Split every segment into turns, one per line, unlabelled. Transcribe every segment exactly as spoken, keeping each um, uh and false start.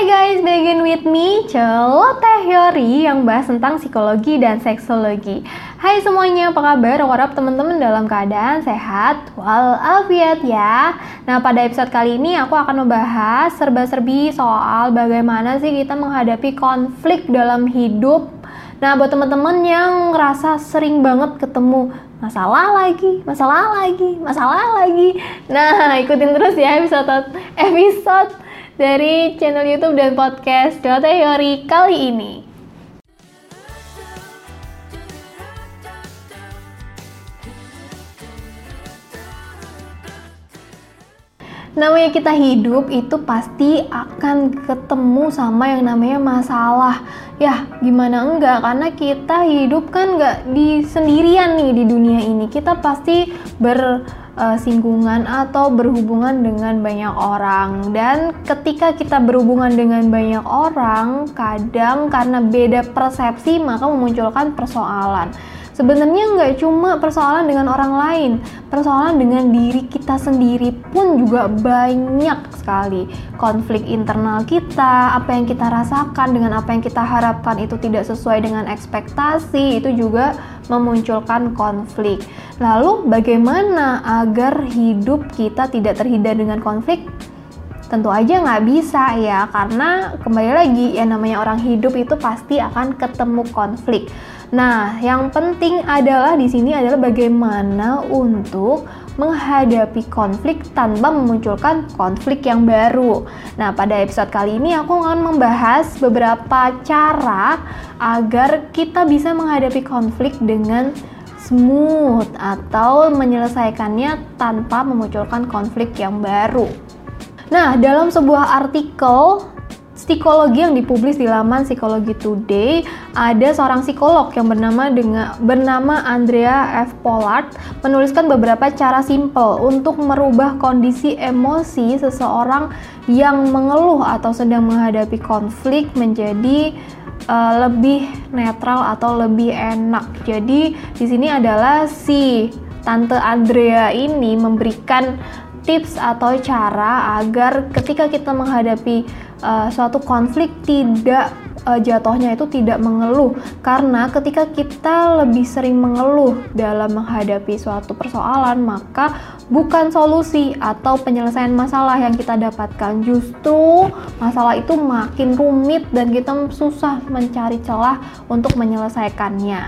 Hai guys, begin with me, Celoteh Yori yang bahas tentang psikologi dan seksologi. Hai semuanya, apa kabar? Aku harap teman-teman dalam keadaan sehat walafiat ya. Nah, pada episode kali ini aku akan membahas serba-serbi soal bagaimana sih kita menghadapi konflik dalam hidup. Nah, buat teman-teman yang ngerasa sering banget ketemu masalah lagi, masalah lagi, masalah lagi. Nah, ikutin terus ya episode episode dari channel YouTube dan podcast Celoteh Yori kali ini. Namanya kita hidup itu pasti akan ketemu sama yang namanya masalah. Ya, gimana enggak? Karena kita hidup kan enggak di sendirian nih di dunia ini. Kita pasti bersinggungan atau berhubungan dengan banyak orang. Dan ketika kita berhubungan dengan banyak orang, kadang karena beda persepsi maka memunculkan persoalan. Sebenarnya nggak cuma persoalan dengan orang lain, persoalan dengan diri kita sendiri pun juga banyak sekali. Konflik internal kita, apa yang kita rasakan dengan apa yang kita harapkan itu tidak sesuai dengan ekspektasi, itu juga memunculkan konflik. Lalu bagaimana agar hidup kita tidak terhindar dengan konflik? Tentu aja nggak bisa ya, karena kembali lagi ya namanya orang hidup itu pasti akan ketemu konflik. Nah, yang penting adalah di sini adalah bagaimana untuk menghadapi konflik tanpa memunculkan konflik yang baru. Nah, pada episode kali ini aku akan membahas beberapa cara agar kita bisa menghadapi konflik dengan smooth atau menyelesaikannya tanpa memunculkan konflik yang baru. Nah, dalam sebuah artikel psikologi yang dipublis di laman Psychology Today, ada seorang psikolog yang bernama dengan bernama Andrea F. Pollard menuliskan beberapa cara simpel untuk merubah kondisi emosi seseorang yang mengeluh atau sedang menghadapi konflik menjadi uh, lebih netral atau lebih enak. Jadi di sini adalah si Tante Andrea ini memberikan tips atau cara agar ketika kita menghadapi uh, suatu konflik tidak uh, jatuhnya itu tidak mengeluh, karena ketika kita lebih sering mengeluh dalam menghadapi suatu persoalan maka bukan solusi atau penyelesaian masalah yang kita dapatkan, justru masalah itu makin rumit dan kita susah mencari celah untuk menyelesaikannya.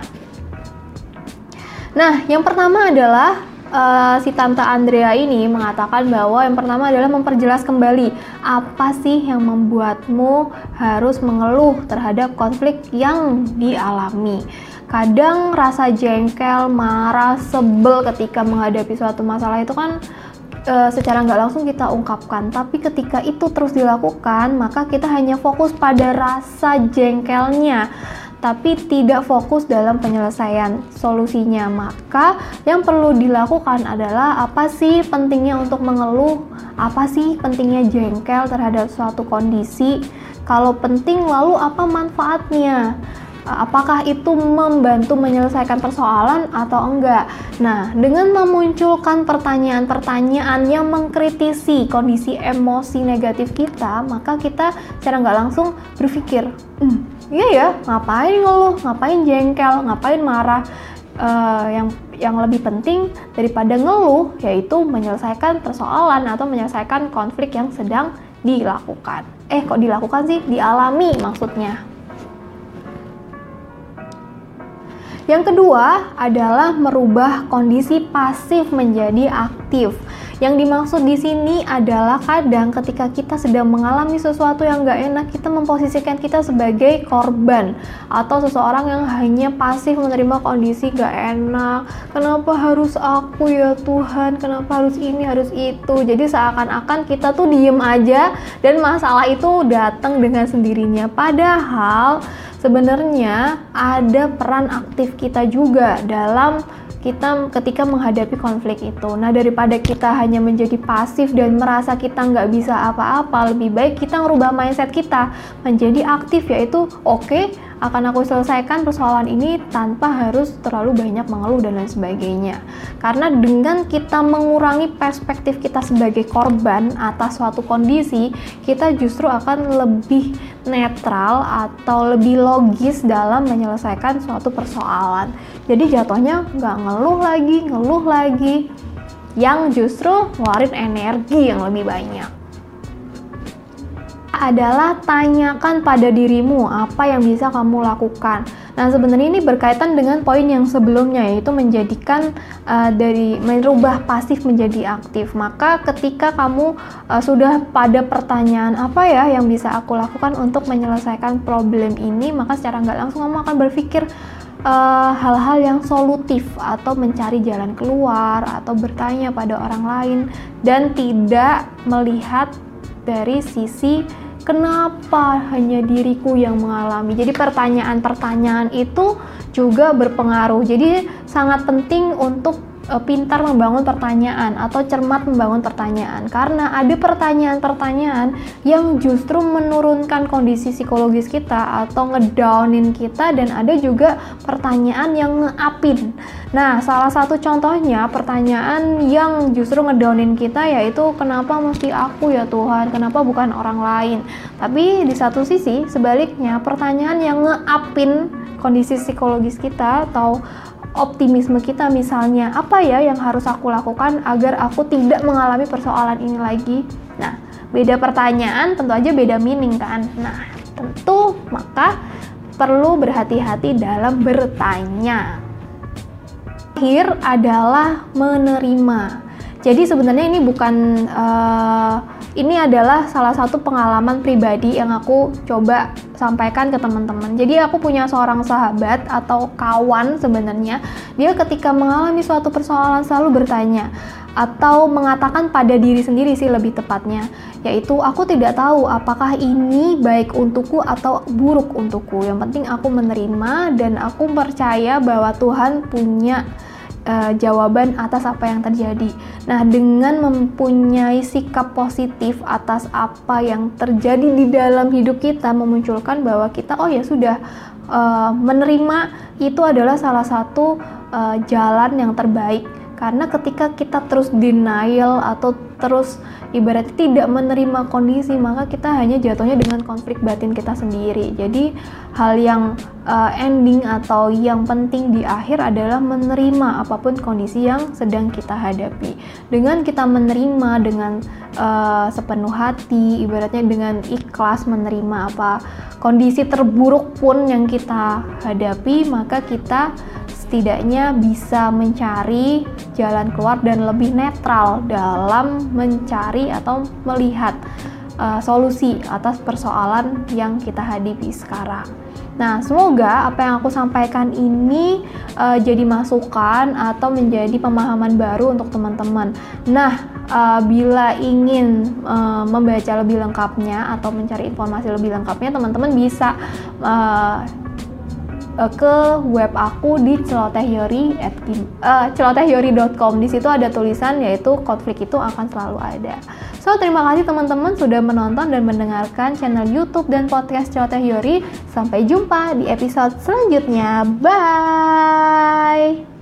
Nah, yang pertama adalah Uh, si Tante Andrea ini mengatakan bahwa yang pertama adalah memperjelas kembali apa sih yang membuatmu harus mengeluh terhadap konflik yang dialami. Kadang rasa jengkel, marah, sebel ketika menghadapi suatu masalah itu kan uh, secara nggak langsung kita ungkapkan, tapi ketika itu terus dilakukan maka kita hanya fokus pada rasa jengkelnya tapi tidak fokus dalam penyelesaian solusinya. Maka yang perlu dilakukan adalah apa sih pentingnya untuk mengeluh, apa sih pentingnya jengkel terhadap suatu kondisi. Kalau penting, lalu apa manfaatnya? Apakah itu membantu menyelesaikan persoalan atau enggak? Nah, dengan memunculkan pertanyaan-pertanyaan yang mengkritisi kondisi emosi negatif kita, maka kita secara nggak langsung berpikir, hmm, iya ya, ngapain ngeluh, ngapain jengkel, ngapain marah? Uh, yang yang lebih penting daripada ngeluh yaitu menyelesaikan persoalan atau menyelesaikan konflik yang sedang dilakukan. Eh, kok dilakukan sih? Dialami maksudnya. Yang kedua adalah merubah kondisi pasif menjadi aktif. Yang dimaksud di sini adalah kadang ketika kita sedang mengalami sesuatu yang gak enak, kita memposisikan kita sebagai korban atau seseorang yang hanya pasif menerima kondisi gak enak. Kenapa harus aku ya Tuhan? Kenapa harus ini, harus itu? Jadi seakan-akan kita tuh diem aja dan masalah itu datang dengan sendirinya. Padahal sebenarnya ada peran aktif kita juga dalam kita ketika menghadapi konflik itu. Nah, daripada kita hanya menjadi pasif dan merasa kita nggak bisa apa-apa, lebih baik kita ngerubah mindset kita menjadi aktif, yaitu oke, okay, akan aku selesaikan persoalan ini tanpa harus terlalu banyak mengeluh dan lain sebagainya. Karena dengan kita mengurangi perspektif kita sebagai korban atas suatu kondisi, kita justru akan lebih netral atau lebih logis dalam menyelesaikan suatu persoalan. Jadi jatuhnya nggak ngeluh lagi, ngeluh lagi, yang justru ngeluarin energi yang lebih banyak. Adalah tanyakan pada dirimu apa yang bisa kamu lakukan. Nah, sebenarnya ini berkaitan dengan poin yang sebelumnya, yaitu menjadikan uh, dari merubah pasif menjadi aktif. Maka ketika kamu uh, sudah pada pertanyaan apa ya yang bisa aku lakukan untuk menyelesaikan problem ini, maka secara nggak langsung kamu akan berpikir Uh, hal-hal yang solutif atau mencari jalan keluar atau bertanya pada orang lain dan tidak melihat dari sisi kenapa hanya diriku yang mengalami. Jadi pertanyaan-pertanyaan itu juga berpengaruh. Jadi sangat penting untuk uh, pintar membangun pertanyaan atau cermat membangun pertanyaan, karena ada pertanyaan-pertanyaan yang justru menurunkan kondisi psikologis kita atau ngedownin kita, dan ada juga pertanyaan yang nge-upin. Nah, salah satu contohnya pertanyaan yang justru ngedownin kita yaitu kenapa mesti aku ya Tuhan, kenapa bukan orang lain. Tapi di satu sisi sebaliknya, pertanyaan yang nge-upin kondisi psikologis kita atau optimisme kita, misalnya apa ya yang harus aku lakukan agar aku tidak mengalami persoalan ini lagi. Nah, beda pertanyaan tentu aja beda meaning kan. Nah, tentu maka perlu berhati-hati dalam bertanya. Akhir adalah menerima. Jadi sebenarnya ini bukan uh, ini adalah salah satu pengalaman pribadi yang aku coba sampaikan ke teman-teman. Jadi aku punya seorang sahabat atau kawan sebenarnya, dia ketika mengalami suatu persoalan selalu bertanya atau mengatakan pada diri sendiri sih lebih tepatnya, yaitu aku tidak tahu apakah ini baik untukku atau buruk untukku. Yang penting aku menerima dan aku percaya bahwa Tuhan punya Uh, jawaban atas apa yang terjadi. Nah, dengan mempunyai sikap positif atas apa yang terjadi di dalam hidup kita, memunculkan bahwa kita oh ya sudah uh, menerima itu adalah salah satu uh, jalan yang terbaik. Karena ketika kita terus denial atau terus ibaratnya tidak menerima kondisi, maka kita hanya jatuhnya dengan konflik batin kita sendiri. Jadi hal yang uh, ending atau yang penting di akhir adalah menerima apapun kondisi yang sedang kita hadapi. Dengan kita menerima dengan uh, sepenuh hati, ibaratnya dengan ikhlas menerima apa kondisi terburuk pun yang kita hadapi, maka kita setidaknya bisa mencari jalan keluar dan lebih netral dalam mencari atau melihat uh, solusi atas persoalan yang kita hadapi sekarang. Nah, semoga apa yang aku sampaikan ini uh, jadi masukan atau menjadi pemahaman baru untuk teman-teman. Nah, uh, bila ingin uh, membaca lebih lengkapnya atau mencari informasi lebih lengkapnya, teman-teman bisa uh, ke web aku di celotehyori dot com. Di situ ada tulisan yaitu konflik itu akan selalu ada. So, terima kasih teman-teman sudah menonton dan mendengarkan channel YouTube dan podcast Celotehyori. Sampai jumpa di episode selanjutnya. Bye.